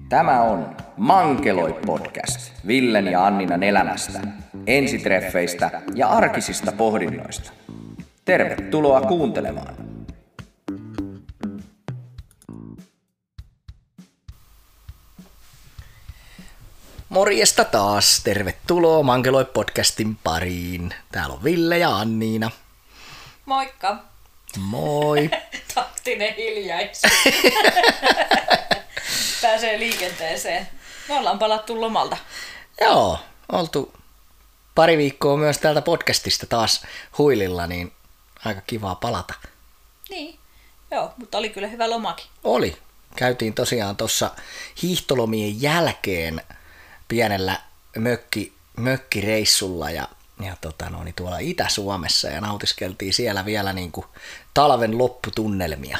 Tämä on Mankeloi-podcast Villen ja Anninan elämästä, ensitreffeistä ja arkisista pohdinnoista. Tervetuloa kuuntelemaan! Morjesta taas, tervetuloa Mankeloi-podcastin pariin. Täällä on Ville ja Anniina. Moikka! Moi! Taktinen hiljaisuus. Pääsee liikenteeseen. Me ollaan palattu lomalta. Joo, oltu pari viikkoa myös täältä podcastista taas huililla, niin aika kivaa palata. Niin, joo, mutta oli kyllä hyvä lomakin. Oli. Käytiin tosiaan tuossa hiihtolomien jälkeen pienellä mökkireissulla ja tuolla Itä-Suomessa ja nautiskeltiin siellä vielä niin kuin talven lopputunnelmia.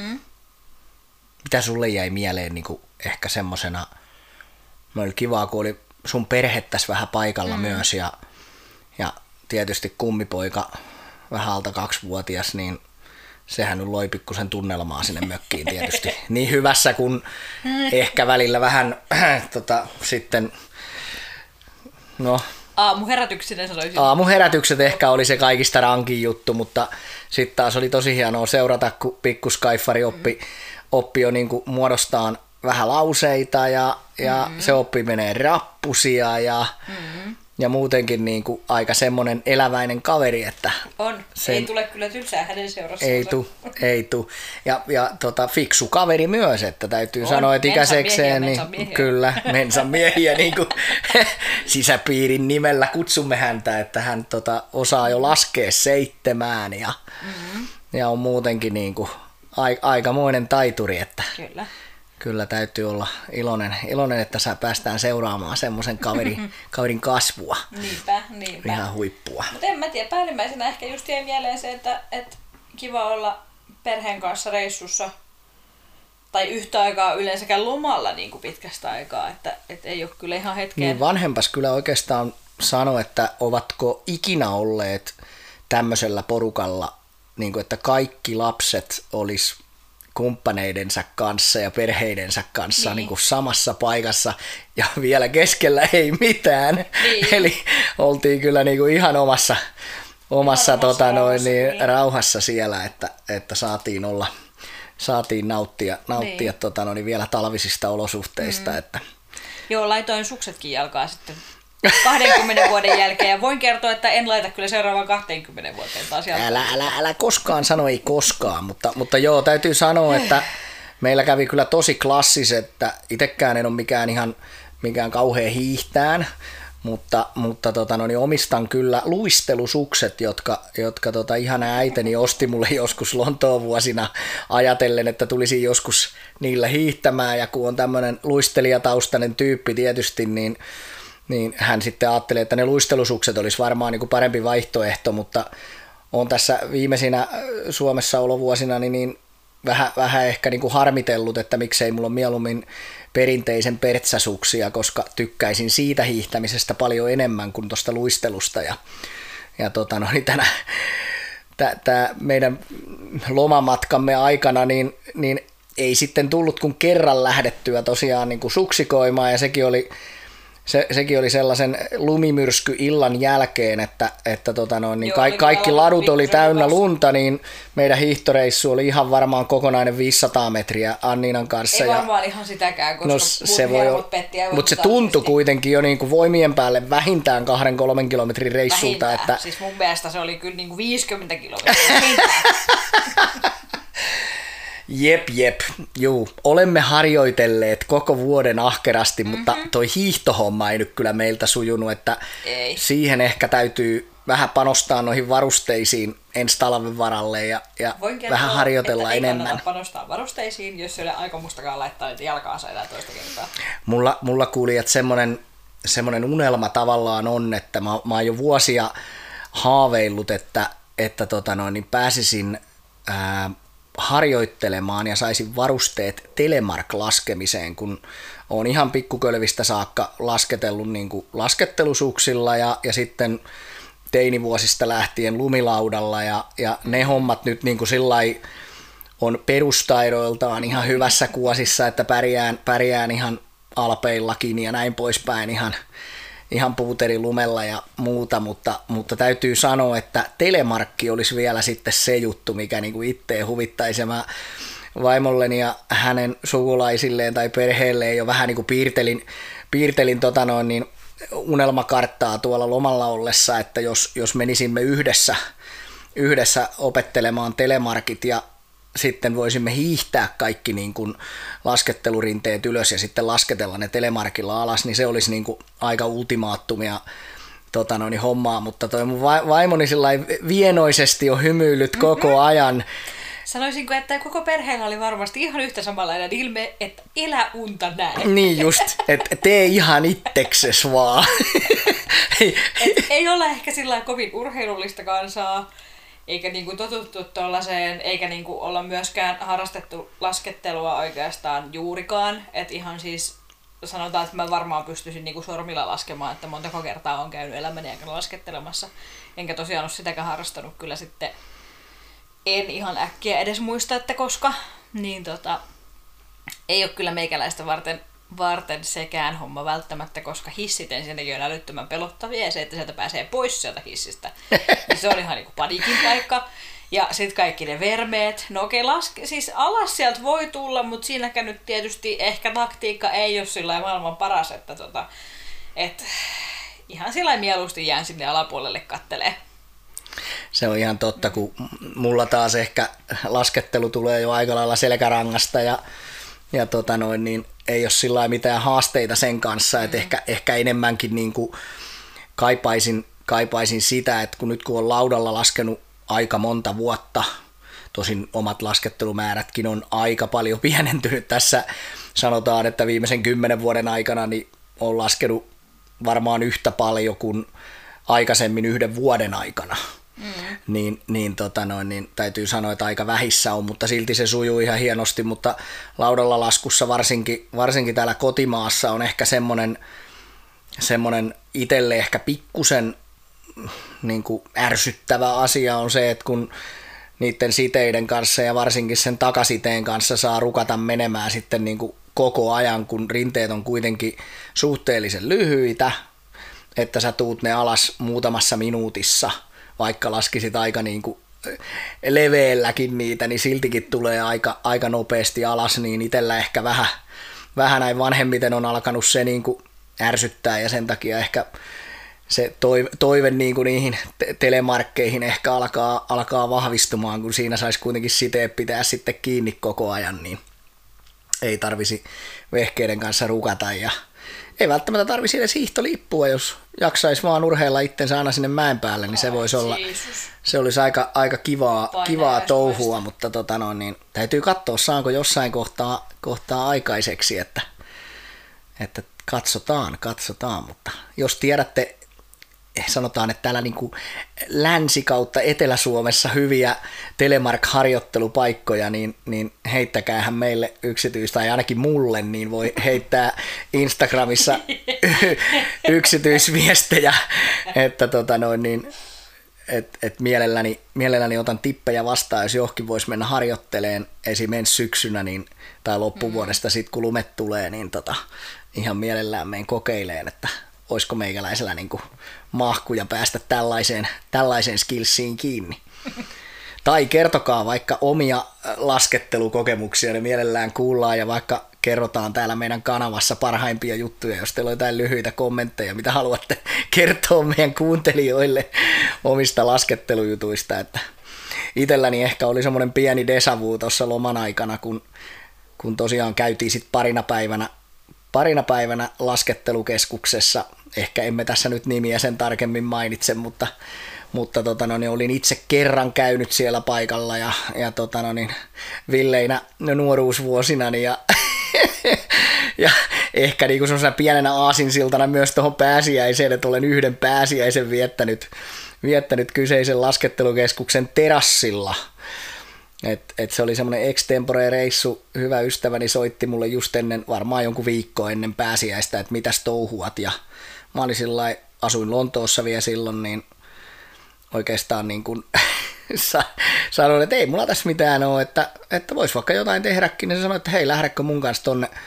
Mitä sulle jäi mieleen niin kuin ehkä semmosena, oli kivaa kun oli sun perhettäs vähän paikalla myös ja tietysti kummipoika vähän alta 2-vuotias, niin sehän nyt loi pikkusen tunnelmaa sinne mökkiin tietysti. Niin hyvässä kuin ehkä välillä vähän sitten, no... Aamuherätyksinä sanoisin. Aamuherätykset ehkä oli se kaikista rankin juttu, mutta sitten taas oli tosi hienoa seurata, kun pikkuskaiffari oppi jo niin kuin muodostaan vähän lauseita ja se oppi menee rappusia ja muutenkin niin kuin aika semmoinen eläväinen kaveri, että... On, ei tule kyllä tylsää hänen seurassaan. Ei tu. Ja fiksu kaveri myös, että täytyy sanoa, että ikäisekseen... Kyllä, mensan miehiä, niin kuin sisäpiirin nimellä kutsumme häntä, että hän osaa jo laskea 7 ja on muutenkin niin kuin aikamoinen taituri, että... Kyllä täytyy olla iloinen, että päästään seuraamaan semmoisen kaverin kasvua. Niinpä. Ihan huippua. Mutta en mä tiedä, päällimmäisenä ehkä just jäi mieleen se, että kiva olla perheen kanssa reissussa tai yhtä aikaa yleensäkään lomalla niin kuin pitkästä aikaa, että ei ole kyllä ihan hetkeen. Niin vanhempas kyllä oikeastaan sano, että ovatko ikinä olleet tämmöisellä porukalla, niin kuin että kaikki lapset olisi kumppaneidensa kanssa ja perheidensä kanssa niin kuin samassa paikassa ja vielä keskellä ei mitään. Niin. Eli oltiin kyllä niin kuin ihan omassa rauhassa siellä, että saatiin nauttia vielä talvisista olosuhteista. Että. Joo, laitoin suksetkin jalkaan sitten 20 vuoden jälkeen ja voin kertoa, että en laita kyllä seuraavaan 20 vuoteen taas jalkaan. Älä koskaan sano ei koskaan, mutta joo, täytyy sanoa, että meillä kävi kyllä tosi klassiset, että itsekään en ole mikään kauhea hiihtään, mutta omistan kyllä luistelusukset, jotka ihana äiteni osti mulle joskus Lontoon vuosina ajatellen, että tulisi joskus niillä hiihtämään ja kun on tämmöinen luistelijataustainen tyyppi tietysti, niin hän sitten ajatteli, että ne luistelusukset olisi varmaan niin kuin parempi vaihtoehto, mutta on tässä viimeisinä Suomessa olovuosina niin vähän ehkä niin kuin harmitellut, että miksei mulla ole mieluummin perinteisen pertsäsuksia, koska tykkäisin siitä hiihtämisestä paljon enemmän kuin tuosta luistelusta. Tämä meidän lomamatkamme aikana niin ei sitten tullut kuin kerran lähdettyä tosiaan niin kuin suksikoimaan ja sekin oli sellaisen lumimyrsky illan jälkeen, että kaikki ladut oli täynnä lunta, niin meidän hiihtoreissu oli ihan varmaan kokonainen 500 metriä Anniinan kanssa. Ei varmaan ihan sitäkään, koska se voi olla, mutta se tuntui kuitenkin jo niin kuin voimien päälle vähintään 2-3 kilometrin reissulta. Että... Siis mun mielestä se oli kyllä niin kuin 50 kilometriä. Jep, juu. Olemme harjoitelleet koko vuoden ahkerasti, mutta toi hiihtohomma ei nyt kyllä meiltä sujunut, että siihen ehkä täytyy vähän panostaa noihin varusteisiin ensi talven varalle ja vähän harjoitella enemmän. Ei panostaa varusteisiin, jos ei ole aikomustakaan laittaa jalkaansa enää toista kertaa. Mulla kuulijat semmoinen unelma tavallaan on, että mä oon jo vuosia haaveillut, että pääsisin harjoittelemaan ja saisin varusteet telemark-laskemiseen, kun olen ihan pikkukölvistä saakka lasketellut niin kuin laskettelusuksilla ja sitten teinivuosista lähtien lumilaudalla ja ne hommat nyt niin kuin sillai on perustaidoiltaan ihan hyvässä kuosissa, että pärjään Alpeillakin ja näin poispäin ihan puuterilumella ja muuta, mutta täytyy sanoa, että telemarkki olisi vielä sitten se juttu, mikä niinku itteen huvittaisi. Mä vaimolleni ja hänen sukulaisilleen tai perheelleen jo vähän niinku piirtelin niin unelmakarttaa tuolla lomalla ollessa, että jos menisimme yhdessä opettelemaan telemarkit ja sitten voisimme hiihtää kaikki niin kuin laskettelurinteet ylös ja sitten lasketella ne telemarkilla alas, niin se olisi niin kuin aika ultimaattumia hommaa, mutta toi mun vaimoni sillain vienoisesti on hymyillyt koko ajan. Sanoisinko, että koko perheellä oli varmasti ihan yhtä samanlainen ilme, että elä unta näin. Niin just, että tee ihan itsekses vaan. Ei ole ehkä sillä kovin urheilullista kansaa, eikä niinku totuttu tuollaiseen, eikä niinku olla myöskään harrastettu laskettelua oikeastaan juurikaan. Että ihan siis sanotaan, että mä varmaan pystyisin niinku sormilla laskemaan, että montako kertaa on käynyt elämäni aikana laskettelemassa. Enkä tosiaan ole sitäkään harrastanut kyllä sitten. En ihan äkkiä edes muista, että koska, niin ei ole kyllä meikäläistä varten sekään homma välttämättä, koska hissit ensinnäkin on älyttömän pelottavia ja se, että sieltä pääsee pois sieltä hissistä, niin se on ihan niin kuin paniikin paikka. Ja sitten kaikki ne vermeet, no okei, siis alas sieltä voi tulla, mutta siinäkään nyt tietysti ehkä taktiikka ei ole sillä maailman paras, että ihan sillä mieluusti jään sinne alapuolelle kattelee. Se on ihan totta, kun mulla taas ehkä laskettelu tulee jo aika lailla selkärangasta ja niin ei ole sillä mitään haasteita sen kanssa, että ehkä enemmänkin niin kuin kaipaisin sitä, että kun on laudalla laskenut aika monta vuotta, tosin omat laskettelumäärätkin on aika paljon pienentynyt tässä, sanotaan, että viimeisen 10 vuoden aikana niin olen laskenut varmaan yhtä paljon kuin aikaisemmin 1 vuoden aikana. Niin täytyy sanoa, että aika vähissä on, mutta silti se sujuu ihan hienosti, mutta laudalla laskussa varsinkin täällä kotimaassa on ehkä semmoinen itselle ehkä pikkusen niin kuin ärsyttävä asia on se, että kun niiden siteiden kanssa ja varsinkin sen takasiteen kanssa saa rukata menemään sitten niin kuin koko ajan, kun rinteet on kuitenkin suhteellisen lyhyitä, että sä tuut ne alas muutamassa minuutissa, vaikka laskisit aika niin kuin leveälläkin niitä, niin siltikin tulee aika nopeasti alas, niin itsellä ehkä vähän näin vanhemmiten on alkanut se niin kuin ärsyttää ja sen takia ehkä se toive niin kuin niihin telemarkkeihin ehkä alkaa vahvistumaan, kun siinä saisi kuitenkin siteet pitää sitten kiinni koko ajan, niin ei tarvisi vehkeiden kanssa rukata ja ei välttämättä tarvisi edes hiihtolippua, jos jaksaisi vaan urheilla itsensä aina sinne mäen päälle, niin se voisi olla, se olisi aika kivaa touhua, mutta niin täytyy katsoa, saanko jossain kohtaa aikaiseksi, että katsotaan, mutta jos tiedätte, sanotaan, että täällä niin kuin Länsi- kautta Etelä-Suomessa hyviä telemark-harjoittelupaikkoja, niin heittäkäähän meille yksityistä, tai ainakin mulle, niin voi heittää Instagramissa yksityisviestejä, että mielelläni otan tippejä vastaan, jos johonkin voisi mennä harjoitteleen esimerkiksi syksynä tai loppuvuodesta sitten kun lumet tulee, niin ihan mielellään menen kokeileen, että olisiko meikäläisellä niin kuin mahkuja päästä tällaiseen skillsiin kiinni. Tai kertokaa vaikka omia laskettelukokemuksia, ne mielellään kuullaan ja vaikka kerrotaan täällä meidän kanavassa parhaimpia juttuja, jos teillä on jotain lyhyitä kommentteja, mitä haluatte kertoa meidän kuuntelijoille omista laskettelujutuista. Että itselläni ehkä oli semmoinen pieni déjà vu tuossa loman aikana, kun tosiaan käytiin sitten parina päivänä laskettelukeskuksessa, ehkä emme tässä nyt nimiä sen tarkemmin mainitse, mutta olin itse kerran käynyt siellä paikalla ja villeinä nuoruusvuosinani ja ehkä niin kuin semmoisena pienenä aasinsiltana myös tuohon pääsiäiseen, että olen yhden pääsiäisen viettänyt kyseisen laskettelukeskuksen terassilla. Et se oli semmoinen extempore-reissu, hyvä ystäväni soitti mulle just varmaan jonkun viikkoa ennen pääsiäistä, että mitäs touhuat, ja mä olin asuin Lontoossa vielä silloin, niin oikeastaan niin kuin sanoin, että ei mulla tässä mitään ole, että vois vaikka jotain tehdäkin, niin se sanoi, että hei, lähdekö mun kanssa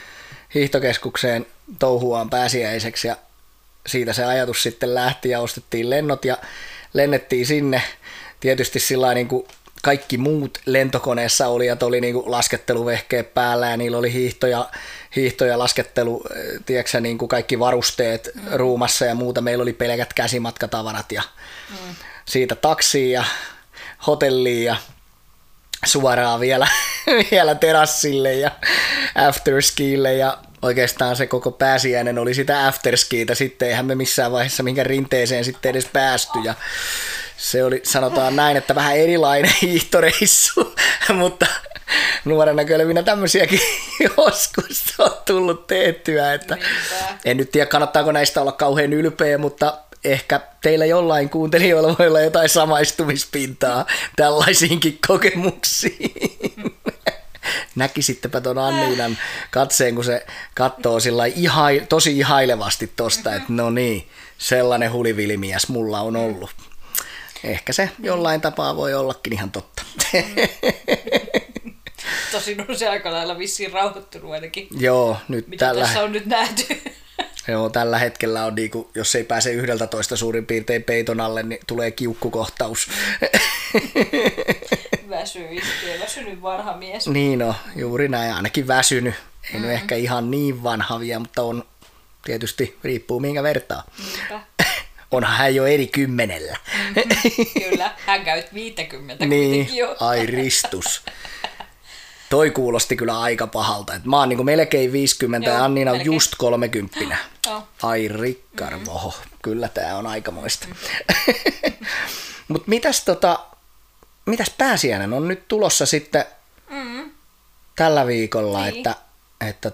hiihtokeskukseen touhuaan pääsiäiseksi ja siitä se ajatus sitten lähti ja ostettiin lennot ja lennettiin sinne. Tietysti sillä niin kuin kaikki muut lentokoneessa olijat oli niin kuin lasketteluvehkeet päällä ja niillä oli hiihto ja laskettelu, tiedätkö, niin kuin kaikki varusteet ruumassa ja muuta. Meillä oli pelkät käsimatkatavarat ja siitä taksiin ja hotelliin ja suoraan vielä terassille ja afterskille ja oikeastaan se koko pääsiäinen oli sitä afterskiitä sitten, eihän me missään vaiheessa mihinkään rinteeseen sitten edes päästy ja se oli, sanotaan näin, että vähän erilainen hiihtoreissu, mutta nuorena kyllä minä tämmöisiäkin joskus on tullut tehtyä, että en nyt tiedä kannattaako näistä olla kauhean ylpeä, mutta ehkä teillä jollain kuuntelijoilla voi olla jotain samaistumispintaa tällaisiinkin kokemuksiin. Näkisittepä ton Anniinan katseen, kun se katsoo tosi ihailevasti tosta, että no niin, sellainen hulivilimies mulla on ollut. Ehkä se jollain tapaa voi ollakin ihan totta. Tosin on se aika lailla vissiin rauhoittunut ainakin. Joo, nyt mitä tässä on nyt nähty. Joo, tällä hetkellä on niinku, jos ei pääse 11 suurin piirtein peiton alle, niin tulee kiukkukohtaus. Väsynyt vanha mies. Niin no, juuri näin, ainakin väsynyt. Ei nyt ehkä ihan niin vanha vielä, mutta on tietysti, riippuu minkä vertaa. Niinpä. Onhan hän jo eri 10. Kyllä, hän käy 50 niin, kuitenkin jo. Ai ristus. Toi kuulosti kyllä aika pahalta. Et mä oon niinku melkein 50 ja Anniina on just 30. Ai rikkarvoho, kyllä tää on aikamoista. Mut mitäs pääsiäinen on nyt tulossa sitten tällä viikolla, niin. että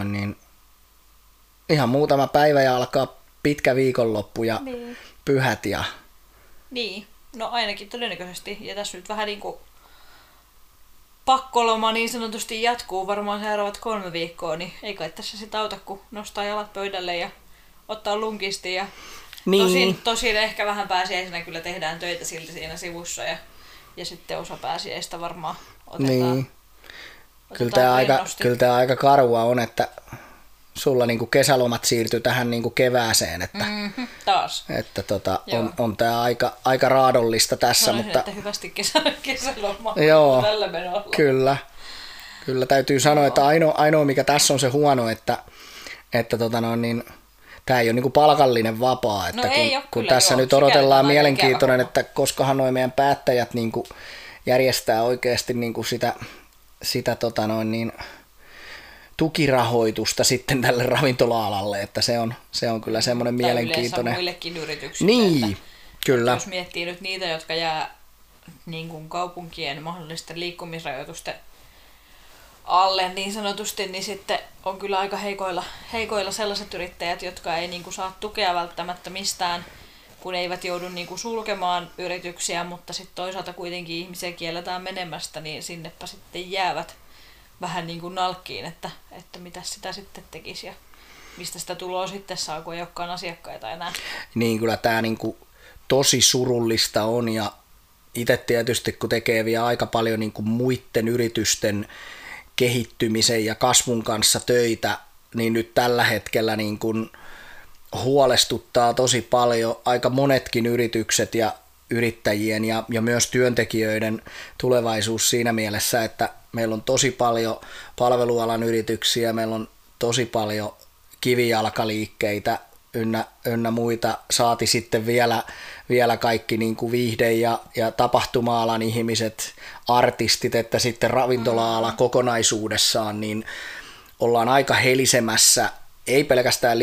ihan muutama päivä ja alkaa pitkä viikonloppu ja pyhät ja... Niin, no ainakin todennäköisesti. Ja tässä nyt vähän niin kuin pakkoloma niin sanotusti jatkuu varmaan seuraavat 3 viikkoa, niin ei kai tässä sit auta, kun nostaa jalat pöydälle ja ottaa lunkisti. Ja niin. Tosin ehkä vähän pääsiäisenä kyllä tehdään töitä silti siinä sivussa ja sitten osa pääsiäistä varmaan otetaan. Niin. Kyllä tämä aika karua on, että sulla niinku kesälomat siirtyy tähän niinku kevääseen, että, taas. Että on tämä aika raadollista tässä. Sanoisin, mutta että hyvästi kesälomaa tällä menolla. Kyllä täytyy sanoa, että ainoa mikä tässä on se huono, että tämä ei ole niinku palkallinen vapaa, että kun tässä nyt odotellaan mielenkiintoinen, että koskahan nuo meidän päättäjät niinku järjestää oikeasti niinku sitä tukirahoitusta sitten tälle ravintola-alalle, että se on kyllä semmoinen mielenkiintoinen. Muillekin yrityksille. Niin, kyllä. Jos miettii nyt niitä, jotka jää niin kuin kaupunkien mahdollisten liikkumisrajoitusten alle niin sanotusti, niin sitten on kyllä aika heikoilla sellaiset yrittäjät, jotka ei niin kuin saa tukea välttämättä mistään, kun eivät joudu niin kuin sulkemaan yrityksiä, mutta sitten toisaalta kuitenkin ihmisiä kielletään menemästä, niin sinnepä sitten jäävät vähän niin kuin nalkkiin, että mitä sitä sitten tekisi ja mistä sitä tuloa sitten saa, kun ei olekaan asiakkaita enää. Niin, kyllä tämä niin kuin tosi surullista on ja itse tietysti kun tekee vielä aika paljon niin kuin muiden yritysten kehittymisen ja kasvun kanssa töitä, niin nyt tällä hetkellä niin kuin huolestuttaa tosi paljon aika monetkin yritykset ja yrittäjien ja myös työntekijöiden tulevaisuus siinä mielessä, että meillä on tosi paljon palvelualan yrityksiä, meillä on tosi paljon kivijalkaliikkeitä ynnä muita, saati sitten vielä kaikki niin kuin viihde- ja tapahtuma-alan ihmiset, artistit, että sitten ravintola-ala kokonaisuudessaan, niin ollaan aika helisemässä, ei pelkästään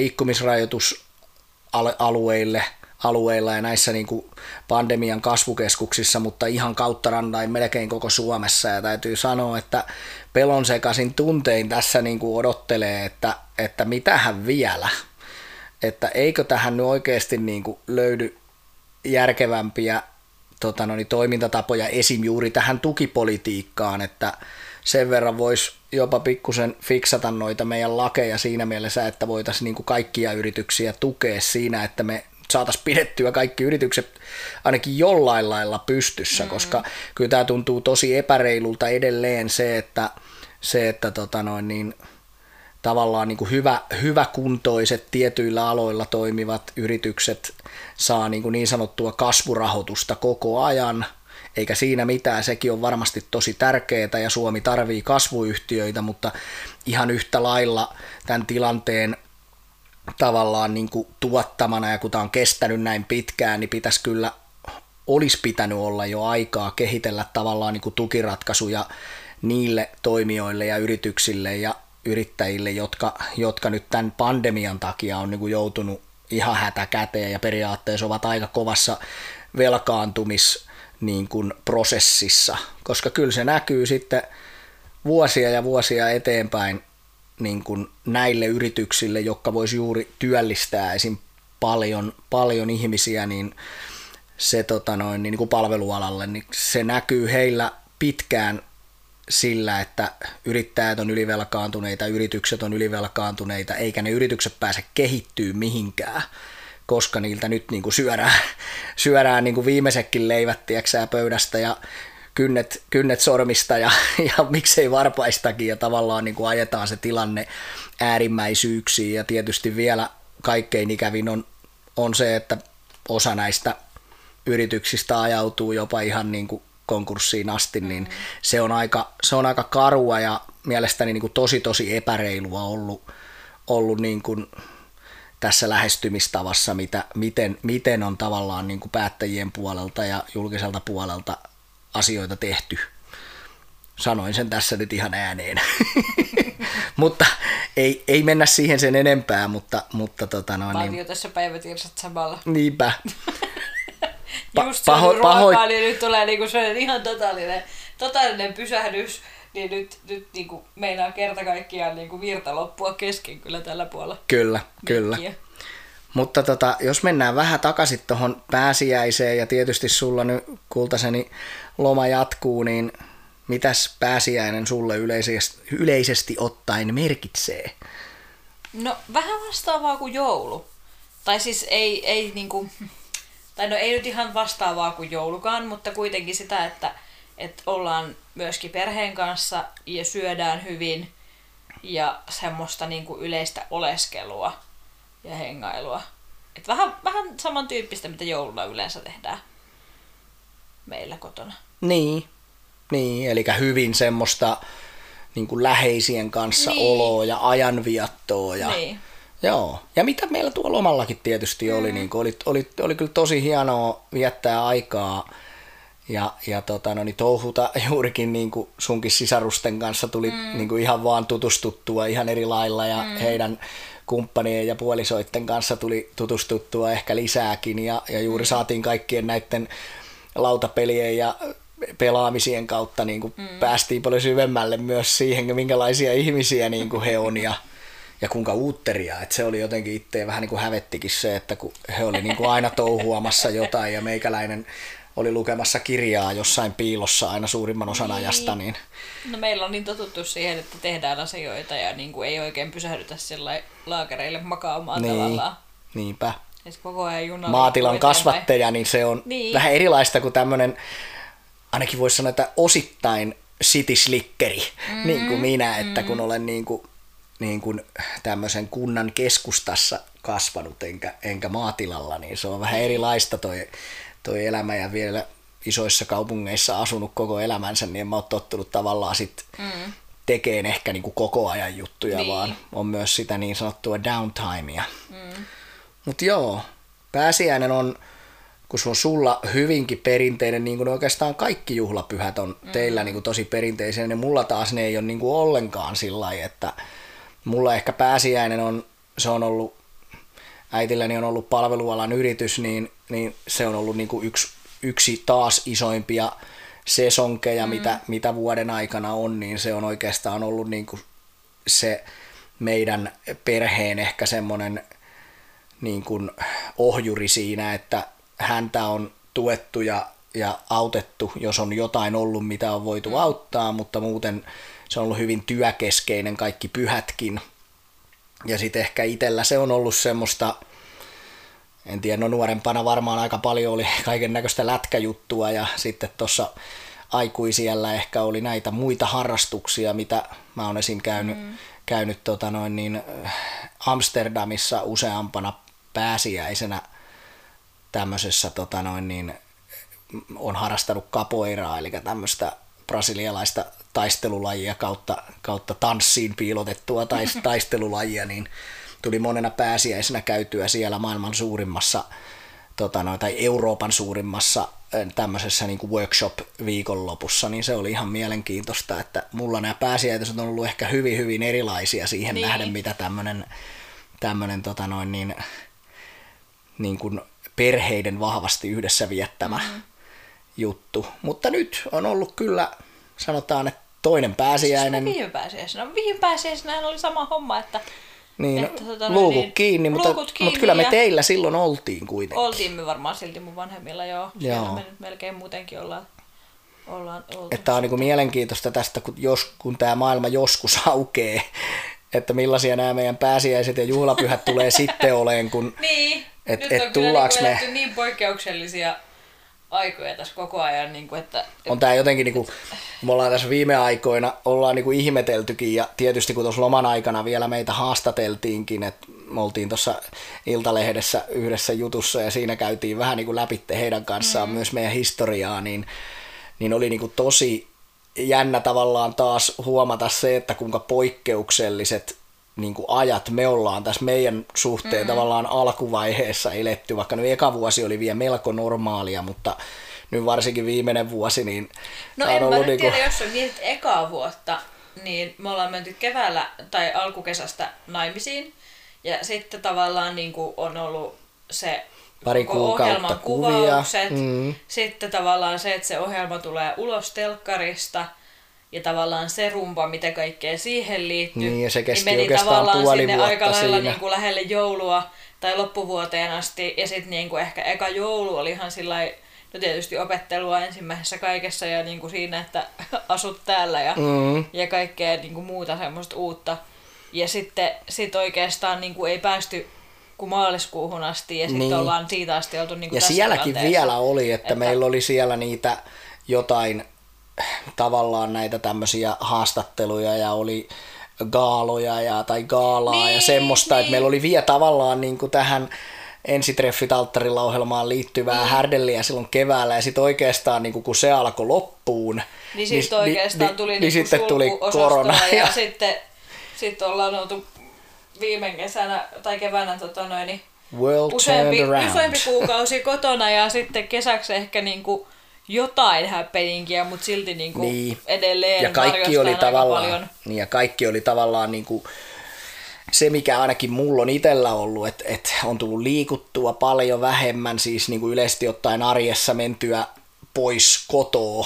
liikkumisrajoitusalueilla ja näissä niin kuin pandemian kasvukeskuksissa, mutta ihan kautta rantain melkein koko Suomessa. Ja täytyy sanoa, että pelon sekaisin tuntein tässä niin kuin odottelee, että mitähän vielä. Että eikö tähän nyt oikeasti niin kuin löydy järkevämpiä toimintatapoja esim. Juuri tähän tukipolitiikkaan, että sen verran voisi jopa pikkusen fiksata noita meidän lakeja siinä mielessä, että voitaisiin niin kuin kaikkia yrityksiä tukea siinä, että me saataisiin pidettyä kaikki yritykset ainakin jollain lailla pystyssä, koska kyllä tämä tuntuu tosi epäreilulta edelleen se, että tavallaan niin kuin hyväkuntoiset tietyillä aloilla toimivat yritykset saa niin sanottua kasvurahoitusta koko ajan, eikä siinä mitään, sekin on varmasti tosi tärkeää ja Suomi tarvii kasvuyhtiöitä, mutta ihan yhtä lailla tämän tilanteen tavallaan niin kuin tuottamana ja kun tämä on kestänyt näin pitkään, niin olisi pitänyt olla jo aikaa kehitellä tavallaan niin kuin tukiratkaisuja niille toimijoille ja yrityksille ja yrittäjille, jotka nyt tämän pandemian takia on niin kuin joutunut ihan hätäkäteen ja periaatteessa ovat aika kovassa niin kuin prosessissa, koska kyllä se näkyy sitten vuosia ja vuosia eteenpäin niin kuin näille yrityksille, jotka vois juuri työllistää esim. Paljon ihmisiä, niin se niin kuin palvelualalle, niin se näkyy heillä pitkään sillä, että yrittäjät on ylivelkaantuneita, yritykset on ylivelkaantuneita, eikä ne yritykset pääse kehittyä mihinkään, koska niiltä nyt niin kuin syödään niin kuin viimeisetkin leivät pöydästä ja kynnet sormista ja miksei varpaistakin ja tavallaan niin kuin ajetaan se tilanne äärimmäisyyksiin ja tietysti vielä kaikkein ikävin on se, että osa näistä yrityksistä ajautuu jopa ihan niin kuin konkurssiin asti, niin se on aika karua ja mielestäni niin kuin tosi epäreilua ollut niin kuin tässä lähestymistavassa, miten on tavallaan niin kuin päättäjien puolelta ja julkiselta puolelta asioita tehty. Sanoin sen tässä nyt ihan ääneen. Mutta ei mennä siihen sen enempää, mutta paljon tässä päivätirsat samalla. Niinpä. Just se ruokaa, niin nyt tulee niinku sellainen ihan totaalinen pysähdys, niin nyt niinku meinaa kerta kaikkiaan niinku virta loppua kesken kyllä tällä puolella. Kyllä. Mutta jos mennään vähän takaisin tuohon pääsiäiseen ja tietysti sulla nyt kultaseni loma jatkuu, niin mitäs pääsiäinen sulle yleisesti ottaen merkitsee? No vähän vastaavaa kuin joulu. Tai siis ei niinku... Tai no ei nyt ihan vastaavaa kuin joulukaan, mutta kuitenkin sitä, että ollaan myöskin perheen kanssa ja syödään hyvin ja semmoista niin kuin yleistä oleskelua ja hengailua. Et vähän samantyyppistä, mitä jouluna yleensä tehdään meillä kotona. Niin eli hyvin semmoista niin kuin läheisien kanssa oloa ja ajanviettoa. Ja joo, ja mitä meillä tuolla lomallakin tietysti oli, niin oli kyllä tosi hienoa viettää aikaa ja touhuta juurikin niin kuin sunkin sisarusten kanssa tuli niin kuin ihan vaan tutustuttua ihan eri lailla ja heidän kumppanien ja puolisoitten kanssa tuli tutustuttua ehkä lisääkin ja juuri saatiin kaikkien näiden lautapelien ja pelaamisien kautta niin kuin päästiin paljon syvemmälle myös siihen, minkälaisia ihmisiä niin kuin he on ja kuinka uutteria, että se oli jotenkin itseä vähän niin kuin hävettikin se, että kun he oli niin kuin aina touhuamassa jotain ja meikäläinen oli lukemassa kirjaa jossain piilossa aina suurimman osan ajasta. Niin... No meillä on niin totuttu siihen, että tehdään asioita ja niin kuin ei oikein pysähdytä sellainen laakereille makaamaan tavallaan. Niinpä. Koko ajan maatilan kasvattaja, niin se on vähän erilaista kuin tämmöinen, ainakin voisi sanoa, että osittain city-slickeri, niin kuin minä, että kun olen niin kuin tämmöisen kunnan keskustassa kasvanut enkä maatilalla, niin se on vähän erilaista toi elämä ja vielä isoissa kaupungeissa asunut koko elämänsä, niin en mä ole tottunut tavallaan sit tekemään ehkä niin kuin koko ajan juttuja, vaan on myös sitä niin sanottua downtimea. Mutta joo, pääsiäinen on, kun se on sulla hyvinkin perinteinen, niin kuin oikeastaan kaikki juhlapyhät on teillä niin kuin tosi perinteisiä, niin mulla taas ne ei ole niin kuin ollenkaan sillä lailla, että mulla ehkä pääsiäinen se on ollut, äitilläni on ollut palvelualan yritys, niin se on ollut niin kuin yksi taas isoimpia sesonkeja, mitä vuoden aikana on, niin se on oikeastaan ollut niin kuin se meidän perheen ehkä semmoinen niin kuin ohjuri siinä, että häntä on tuettu ja autettu, jos on jotain ollut, mitä on voitu auttaa, mutta muuten se on ollut hyvin työkeskeinen kaikki pyhätkin. Ja sitten ehkä itsellä se on ollut semmoista, en tiedä, no nuorempana varmaan aika paljon oli kaiken näköistä lätkäjuttua ja sitten tuossa aikuisiellä ehkä oli näitä muita harrastuksia, mitä mä oon esim. käynyt Amsterdamissa useampana pääsiäisenä tämmöisessä on harrastanut capoeiraa, eli tämmöistä brasilialaista taistelulajia kautta tanssiin piilotettua taistelulajia, niin tuli monena pääsiäisenä käytyä siellä maailman suurimmassa tai Euroopan suurimmassa tämmöisessä niin kuin workshop-viikonlopussa, niin se oli ihan mielenkiintoista, että mulla nämä pääsiäiset on ollut ehkä hyvin, hyvin erilaisia siihen nähden, mitä tämmöinen niin kuin perheiden vahvasti yhdessä viettämä juttu. Mutta nyt on ollut kyllä, sanotaan, että toinen pääsiäinen. Viime pääsiäisenä oli sama homma, että niin, luukut kiinni, mutta kyllä me teillä silloin oltiin kuitenkin. Oltiin me varmaan silti mun vanhemmilla, joo. Siellä me nyt melkein muutenkin ollaan oltu. Että on niin kuin mielenkiintoista tästä, kun tämä maailma joskus aukee, että millaisia nämä meidän pääsiäiset ja juhlapyhät tulee sitten oleen, kun niin, nyt on kyllä niin niin poikkeuksellisia aikoja tässä koko ajan. Niin kuin, että on tämä jotenkin, niin kuin, me ollaan tässä viime aikoina ollaan niin kuin ihmeteltykin, ja tietysti kun tuossa loman aikana vielä meitä haastateltiinkin, että me oltiin tuossa Iltalehdessä yhdessä jutussa, ja siinä käytiin vähän niin kuin läpi heidän kanssaan myös meidän historiaa, niin oli niin kuin tosi jännä tavallaan taas huomata se, että kuinka poikkeukselliset niin kuin ajat me ollaan tässä meidän suhteen tavallaan alkuvaiheessa eletty, vaikka nyt eka vuosi oli vielä melko normaalia, mutta nyt varsinkin viimeinen vuosi, niin no en mä nyt tiedä, jos on mietit ekaa vuotta, niin me ollaan menty keväällä tai alkukesästä naimisiin, ja sitten tavallaan niin kuin on ollut se pari kuukautta kuvaukset, sitten tavallaan se, että se ohjelma tulee ulos telkkarista, ja tavallaan se rumpa, mitä kaikkea siihen liittyy, niin, ja se kesti meni tavallaan sinne aika lailla niin kuin lähelle joulua tai loppuvuoteen asti, ja sitten niin kuin ehkä eka joulu oli ihan sillai, no tietysti opettelua ensimmäisessä kaikessa ja niin kuin siinä, että asut täällä ja kaikkea niin kuin muuta semmoista uutta, ja sitten oikeastaan niin kuin ei päästy kuin maaliskuuhun asti, ja sitten ollaan siitä asti oltu niin kuin ja tässä sielläkin vielä oli, että meillä oli siellä niitä jotain tavallaan näitä tämmöisiä haastatteluja ja oli gaaloja tai gaalaa ja semmoista, että meillä oli vielä tavallaan niin kuin tähän Ensitreffit alttarilla -ohjelmaan liittyvää härdelliä silloin keväällä, ja sitten oikeastaan niin kun se alkoi loppuun, niin sitten oikeastaan tuli niin sitten tuli korona ja sitten ollaan oltu viime kesänä tai keväänä useampi kuukausi kotona, ja sitten kesäksi ehkä niinku jotain happeningia, mutta silti niinku edelleen ja kaikki oli tavallaan paljon. Niin, ja kaikki oli tavallaan niinku se, mikä ainakin mulla on itsellä ollut, että on tullut liikuttua paljon vähemmän, siis niinku yleisesti ottaen arjessa mentyä pois kotoa.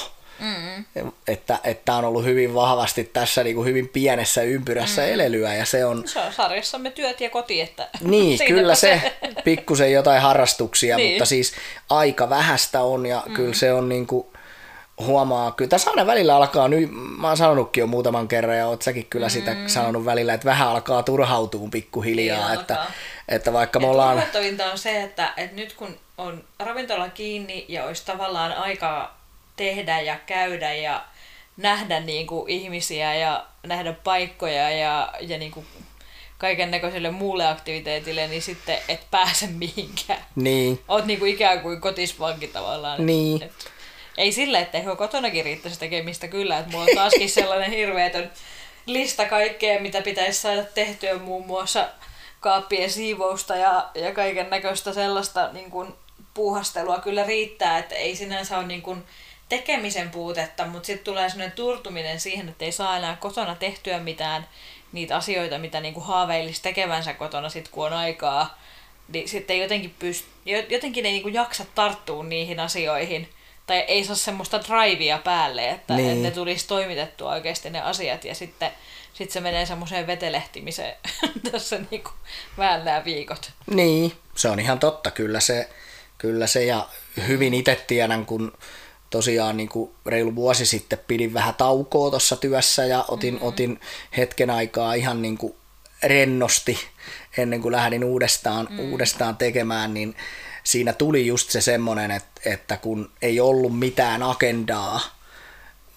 Että on ollut hyvin vahvasti tässä niinku hyvin pienessä ympyrässä elelyä, ja se on sarjassamme työt ja koti, että niin, kyllä se pikkusen jotain harrastuksia, mutta siis aika vähäistä on, ja kyllä se on niinku huomaa, kyllä tässä aina välillä alkaa, nyt mä oon sanonutkin jo muutaman kerran, ja oot säkin kyllä sitä sanonut välillä, että vähän alkaa turhautua pikkuhiljaa, että vaikka me ollaan turhauttavinta on se, että nyt kun on ravintola kiinni ja olisi tavallaan aikaa tehdä ja käydä ja nähdä niinku ihmisiä ja nähdä paikkoja ja niinku kaiken näköiselle muulle aktiviteetille, niin sitten et pääse mihinkään. Niin. Oot niinku ikään kuin kotisvanki tavallaan. Niin. Ei sille, että kotonakin riittäisi tekemistä kyllä, että mulla on taaskin sellainen hirveetön lista kaikkea, mitä pitäisi saada tehtyä, muun muassa kaappien siivousta ja kaiken näköistä sellaista niin kuin puuhastelua kyllä riittää, että ei sinänsä ole niin kuin tekemisen puutetta, mutta sitten tulee sellainen turtuminen siihen, että ei saa enää kotona tehtyä mitään niitä asioita, mitä niin kuin haaveilisi tekevänsä kotona sit kun on aikaa, niin sitten jotenkin ei niin kuin jaksa tarttua niihin asioihin, tai ei saa semmoista drivea päälle, että ne tulisi toimitettua oikeasti ne asiat, ja sitten se menee semmoiseen vetelehtimiseen tässä niinku vähän nämä viikot. Niin, se on ihan totta, kyllä se ja hyvin itse tiedän, kun tosiaan niin kuin reilu vuosi sitten pidin vähän taukoa tuossa työssä ja otin hetken aikaa ihan niin kuin rennosti ennen kuin lähdin uudestaan tekemään, niin siinä tuli just se semmoinen, että kun ei ollut mitään agendaa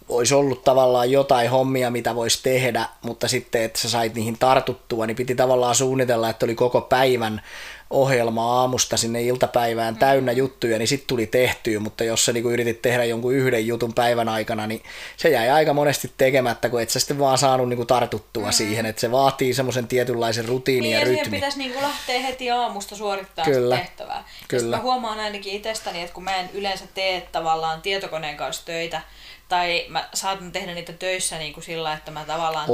olisi ollut tavallaan jotain hommia, mitä voisi tehdä, mutta sitten, että sä sait niihin tartuttua, niin piti tavallaan suunnitella, että oli koko päivän ohjelma aamusta sinne iltapäivään täynnä juttuja, niin sitten tuli tehtyä, mutta jos sä niinku yritit tehdä jonkun yhden jutun päivän aikana, niin se jäi aika monesti tekemättä, kun et sä sitten vaan saanut niinku tartuttua siihen, että se vaatii semmoisen tietynlaisen rutiinin ja rytmin. Niin, pitäisi niinku lähteä heti aamusta suorittamaan sitä tehtävää. Kyllä. Mä huomaan ainakin itsestäni, että kun mä en yleensä tee tavallaan tietokoneen kanssa töitä, tai mä saatan tehdä niitä töissä niin kuin sillä, että mä tavallaan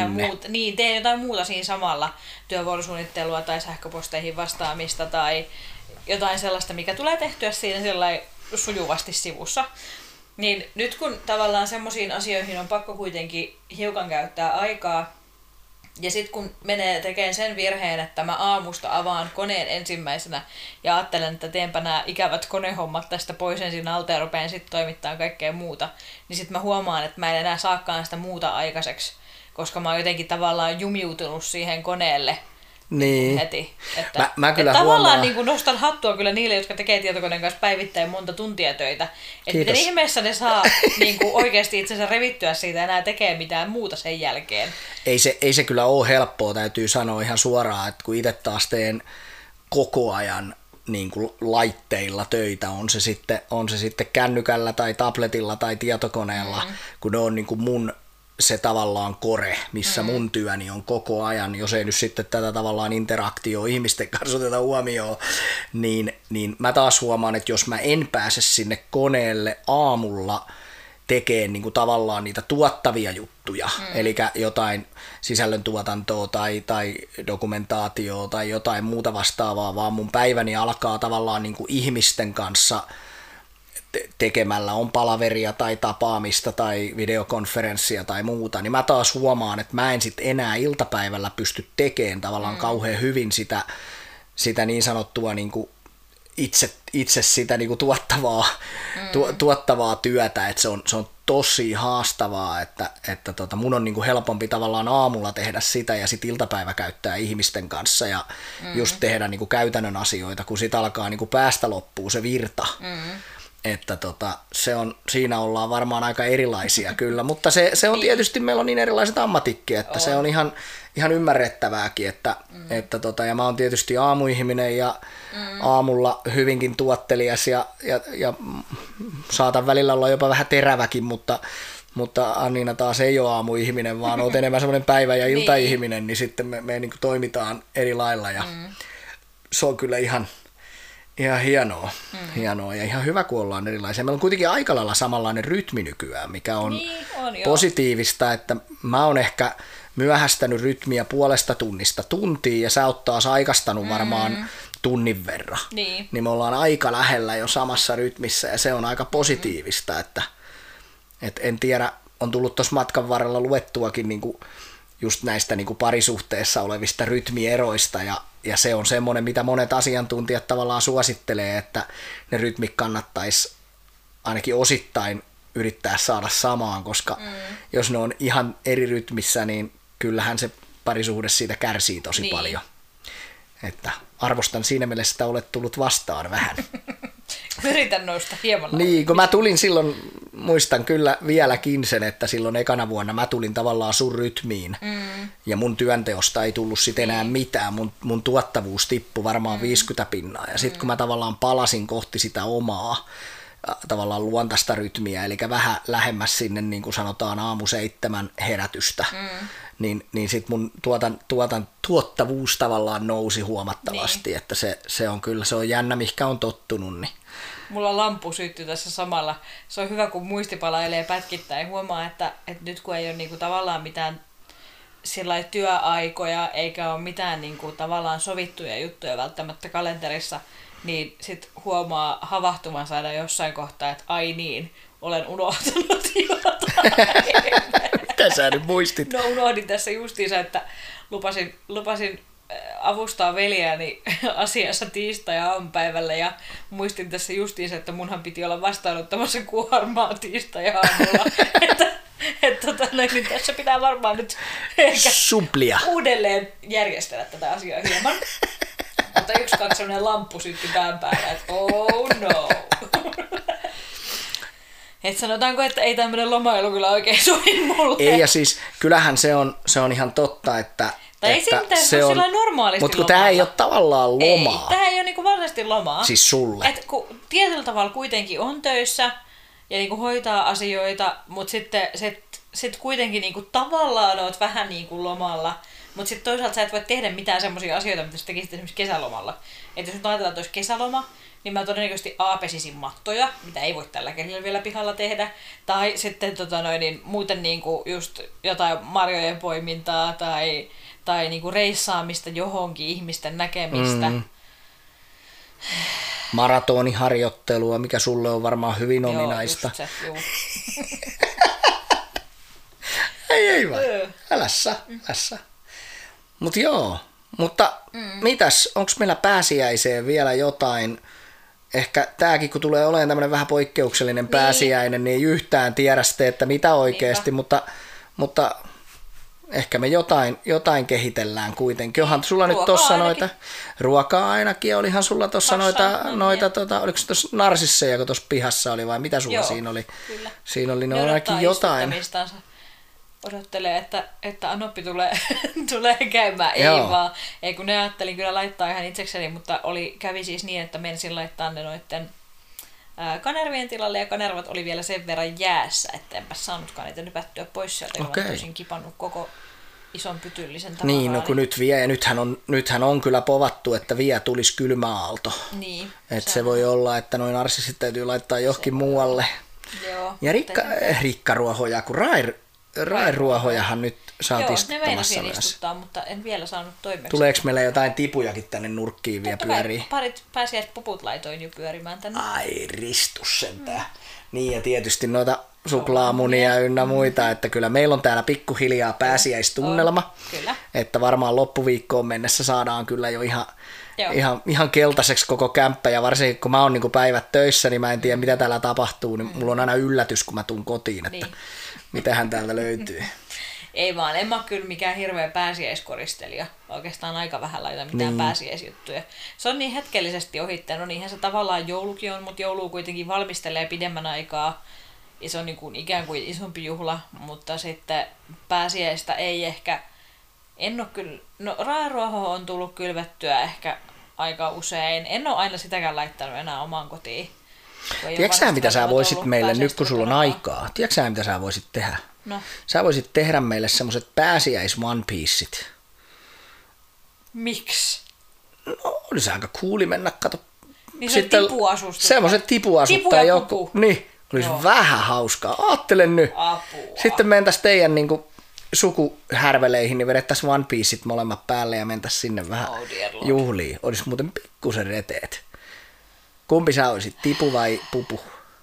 teen jotain muuta siinä samalla, työvuorosuunnittelua tai sähköposteihin vastaamista tai jotain sellaista, mikä tulee tehtyä siinä sujuvasti sivussa. Niin nyt kun tavallaan semmoisiin asioihin on pakko kuitenkin hiukan käyttää aikaa, ja sitten kun menee tekemään sen virheen, että mä aamusta avaan koneen ensimmäisenä ja ajattelen, että teenpä nämä ikävät konehommat tästä pois ensin alta ja rupean sitten toimittamaan kaikkea muuta, niin sitten mä huomaan, että mä en enää saakaan sitä muuta aikaiseksi, koska mä oon jotenkin tavallaan jumiutunut siihen koneelle heti. Että, mä kyllä tavallaan niin kuin nostan hattua kyllä niille, jotka tekee tietokoneen kanssa päivittäin monta tuntia töitä. Että miten ihmeessä ne saa niin kuin oikeasti itsensä revittyä siitä ja enää tekee mitään muuta sen jälkeen. Ei se kyllä ole helppoa, täytyy sanoa ihan suoraan, että kun itse taas teen koko ajan niin kuin laitteilla töitä, on se sitten kännykällä tai tabletilla tai tietokoneella, kun ne on niin kuin mun se tavallaan kore, missä mun työni on koko ajan, jos ei nyt sitten tätä tavallaan interaktioa ihmisten kanssa oteta huomioon, niin mä taas huomaan, että jos mä en pääse sinne koneelle aamulla tekemään niin kuin tavallaan niitä tuottavia juttuja, eli jotain sisällöntuotantoa tai dokumentaatioa tai jotain muuta vastaavaa, vaan mun päiväni alkaa tavallaan niin kuin ihmisten kanssa tekemällä, on palaveria tai tapaamista tai videokonferenssia tai muuta, niin mä taas huomaan, että mä en sitten enää iltapäivällä pysty tekemään tavallaan kauhean hyvin sitä niin sanottua niin kuin itse sitä niin kuin tuottavaa työtä, että se on tosi haastavaa, että mun on niin kuin helpompi tavallaan aamulla tehdä sitä ja sitten iltapäivä käyttää ihmisten kanssa ja just tehdä niin kuin käytännön asioita, kun sit alkaa niin kuin päästä loppuun se virta. Että siinä ollaan varmaan aika erilaisia kyllä, mutta se on tietysti, meillä on niin erilaiset ammatikki, että se on ihan ymmärrettävääkin, että ja mä oon tietysti aamuihminen ja aamulla hyvinkin tuottelias ja saatan välillä olla jopa vähän teräväkin, mutta Anniina taas ei ole aamuihminen, vaan oot enemmän semmoinen päivä- ja iltaihminen, niin sitten me niin kuin toimitaan eri lailla ja se on kyllä ihan hienoa ja ihan hyvä, kun ollaan erilaisia. Meillä on kuitenkin aika lailla samanlainen rytmi nykyään, mikä on positiivista, että mä oon ehkä myöhästänyt rytmiä puolesta tunnista tuntiin ja sä oot taas aikastanut varmaan tunnin verran. Niin me ollaan aika lähellä jo samassa rytmissä ja se on aika positiivista, että en tiedä, on tullut tuossa matkan varrella luettuakin niinku just näistä niinku parisuhteessa olevista rytmieroista ja se on semmoinen, mitä monet asiantuntijat tavallaan suosittelee, että ne rytmit kannattaisi ainakin osittain yrittää saada samaan, koska jos ne on ihan eri rytmissä, niin kyllähän se parisuhde siitä kärsii tosi paljon. Että arvostan siinä mielessä, että olet tullut vastaan vähän. Yritän nousta hieman. Niin, kun mä tulin silloin, muistan kyllä vieläkin sen, että silloin ekana vuonna mä tulin tavallaan sun rytmiin ja mun työnteosta ei tullut sit enää mitään. Mun tuottavuus tippui varmaan 50%. Ja sitten kun mä tavallaan palasin kohti sitä omaa tavallaan luontaista rytmiä, eli vähän lähemmäs sinne niin kuin sanotaan aamu 7 herätystä, niin sitten mun tuottavuus tavallaan nousi huomattavasti, että se on kyllä, se on jännä, mihinkä on tottunut. Niin. Mulla lamppu syttyi tässä samalla. Se on hyvä, kun muisti palailee pätkittäin. Huomaa, että nyt kun ei ole niinku tavallaan mitään työaikoja, eikä ole mitään niinku tavallaan sovittuja juttuja välttämättä kalenterissa, niin sit huomaa havahtuvansa aina jossain kohtaa, että ai niin, olen unohtanut jotain. Mitä sä nyt muistit? No unohdin tässä justiinsa, että lupasin avustaa veljääni asiassa tiistai-aamupäivällä ja muistin tässä justiinsa, että munhan piti olla vastaanottamassa kuormaa tiistai-aamulla. Niin tässä pitää varmaan nyt ehkä uudelleen järjestellä tätä asiaa hieman. Mutta 1-2 sellainen lamppu syttyi pään päällä, että oh no. Et sanotaanko, että ei tämmöinen lomailu kyllä oikein sovi mulle. Ei, ja siis kyllähän se on ihan totta, että tai ei että se pitäisi olla sillä normaalisti mutta kun tämä ei ole tavallaan lomaa. Ei, tämä ei ole niinku varsinaisesti lomaa. Siis sulle. Et kun tietyllä tavalla kuitenkin on töissä ja niinku hoitaa asioita, mutta sitten sit kuitenkin niinku tavallaan oot vähän niinku lomalla. Mutta sitten toisaalta sä et voi tehdä mitään semmoisia asioita, mitä sä tekisit esimerkiksi kesälomalla. Että jos nyt ajatellaan, että olisi kesäloma, niin mä todennäköisesti pesisin mattoja, mitä ei voi tällä kerralla vielä pihalla tehdä. Tai sitten niin muuten niinku just jotain marjojen poimintaa tai niinku reissaamista johonkin, ihmisten näkemistä. Maratoniharjoittelua, mikä sulle on varmaan hyvin ominaista. Just se, juu. ei vaan, älässä. Mut joo, mutta mitäs, onko meillä pääsiäiseen vielä jotain? Ehkä tääkin, kun tulee olemaan tämmönen vähän poikkeuksellinen pääsiäinen, niin ei yhtään tiedä sitten, että mitä oikeasti, mutta ehkä me jotain kehitellään kuitenkin. Onhan sulla nyt tossa noita, ruokaa ainakin, olihan sulla tossa noita oliko se tossa narsisseja, kun tossa pihassa oli vai mitä sulla siinä oli? Kyllä. Siinä oli ne ainakin jotain. Odottelee, että Anoppi tulee käymään. Ei vaan. Ei kun ne ajattelin kyllä laittaa ihan itsekseni, mutta kävi siis niin, että menisin laittaa ne noitten kanervien tilalle ja kanervat oli vielä sen verran jäässä, että enpä saanutkaan niitä nypättyä pois sieltä, jolloin olisin kipannut koko ison pytyllisen tavaraa. Niin, no kun nyt vie, ja nythän on kyllä povattu, että vie tulisi kylmäaalto. Niin. Että se voi olla, että noin narsissit täytyy laittaa johonkin muualle. Joo. Ja rikkaruohoja, kun raeruohojahan nyt saat istuttamassa myös. Joo, ne meinasin istuttaa, mutta en vielä saanut toimeksi. Tuleeko meillä jotain tipujakin tänne nurkkiin vielä pyörii? Parit pääsiäispuput laitoin jo pyörimään tänne. Ai ristus sentään. Niin ja tietysti noita suklaamunia ynnä muita, että kyllä meillä on täällä pikkuhiljaa pääsiäistunnelma. Kyllä. Että varmaan loppuviikkoon mennessä saadaan kyllä jo ihan keltaiseksi koko kämppä, ja varsinkin kun mä oon niinku päivät töissä, niin mä en tiedä mitä täällä tapahtuu, niin mulla on aina yllätys, kun mä tuun kotiin, että mitähän täältä löytyy. Ei vaan, en mä ole kyllä mikään hirveä pääsiäiskoristelija. Oikeastaan aika vähän laita mitään pääsiäisjuttuja. Se on niin hetkellisesti ohittanut, no niinhän se tavallaan joulukin on, mutta joulu kuitenkin valmistelee pidemmän aikaa. Ja se on niin kuin ikään kuin isompi juhla, mutta sitten pääsiäistä ei ehkä, en ole kyllä, no raeruoho on tullut kylvettyä ehkä aika usein. En ole aina sitäkään laittanut enää omaan kotiin. Tiedätkö sä, mitä sä voisit meille, nyt kun sulla on aikaa, tiedätkö sä, mitä sä voisit tehdä? No. Sä voisit tehdä meille semmoset pääsiäis one pieceit. Miksi? No, olisi aika cooli mennä, kato. Niin se on tipuasust. Semmoset tipuasut tai joku. Niin, olisi vähän hauskaa. Aattele nyt. Apua. Sitten mentäis teidän niinku sukuhärveleihin, niin vedettäisiin one pieceit molemmat päälle ja mentäisiin sinne vähän juhliin. Olisi muuten pikkusen reteet. Kumpi sä olisit, tipu vai pupu?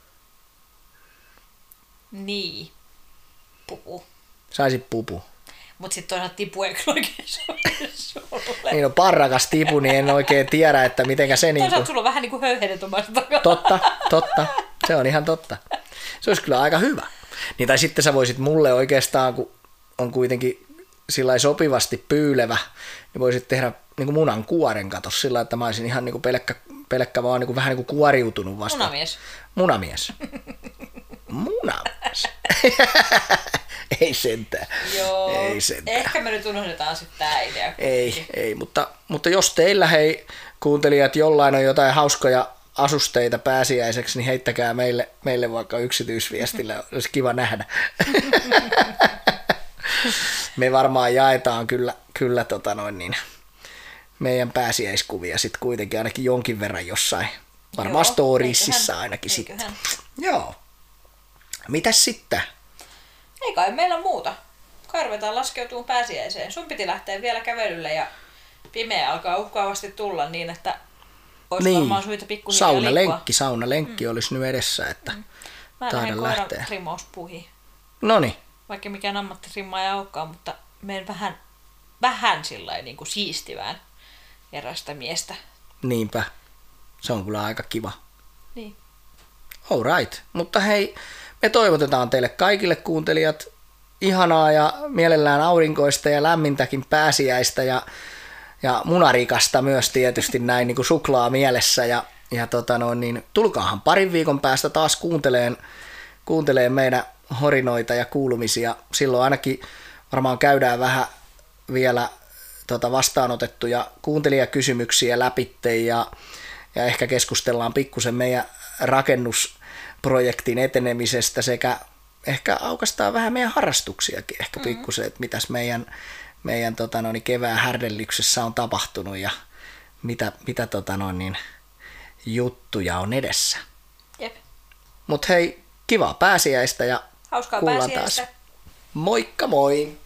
Niin, pupu. Saisit pupu. Mut sit toisaalta tipu ei kyllä oikein sovi sulle. Niin on parrakas tipu, niin en oikein tiedä, että mitenkä se niinku... Toisaalta sulla on vähän niinku höyhenet omasta takaa. Totta. Se on ihan totta. Se olisi kyllä aika hyvä. Niin tai sitten sä voisit mulle oikeastaan, kun on kuitenkin sillä sopivasti pyylevä, niin voisit tehdä niinku munan kuoren katos sillä, että mä olisin ihan niinku pelkkä vaan niinku vähän niinku kuoriutunut vasta. Munamies. Ei sentään. Joo, ei sentään. Ehkä me nyt unohdetaan sitten tää idea. Ei, mutta jos teillä hei kuuntelijat jollain on jotain hauskoja asusteita pääsiäiseksi, niin heittäkää meille vaikka yksityisviestillä, olisi kiva nähdä. Me varmaan jaetaan kyllä meidän pääsiäiskuvia sitten kuitenkin ainakin jonkin verran jossain. Varmaan storiesissa ainakin sitten. Joo. Mitäs sitten? Ei kai meillä muuta. Kai ruvetaan laskeutumaan pääsiäiseen. Sun piti lähteä vielä kävelylle ja pimeä alkaa uhkaavasti tulla niin, että olisi varmaan syytä pikkuhiljaa Saunalenkki olisi nyt edessä, että mä lähden koiran trimauspuihin. Noniin. Vaikka mikään ammattitrimmaaja ei olekaan, mutta menen vähän sillain niin kuin siistivään erästä miestä. Niinpä. Se on kyllä aika kiva. Niin. All right. Mutta hei, me toivotetaan teille kaikille kuuntelijat ihanaa ja mielellään aurinkoista ja lämmintäkin pääsiäistä ja munarikasta myös tietysti näin niin kuin suklaa mielessä ja tulkaahan parin viikon päästä taas kuuntelee meidän horinoita ja kuulumisia. Silloin ainakin varmaan käydään vähän vielä vastaanotettuja kuuntelijakysymyksiä läpitte ja ehkä keskustellaan pikkusen meidän rakennusprojektin etenemisestä sekä ehkä aukastaa vähän meidän harrastuksiakin ehkä pikkusen, että mitäs meidän kevään härdellyksessä on tapahtunut ja mitä juttuja on edessä. Jep. Mut hei, kivaa pääsiäistä ja Hauskaa kuullaan pääsiäistä. taas. Moikka moi!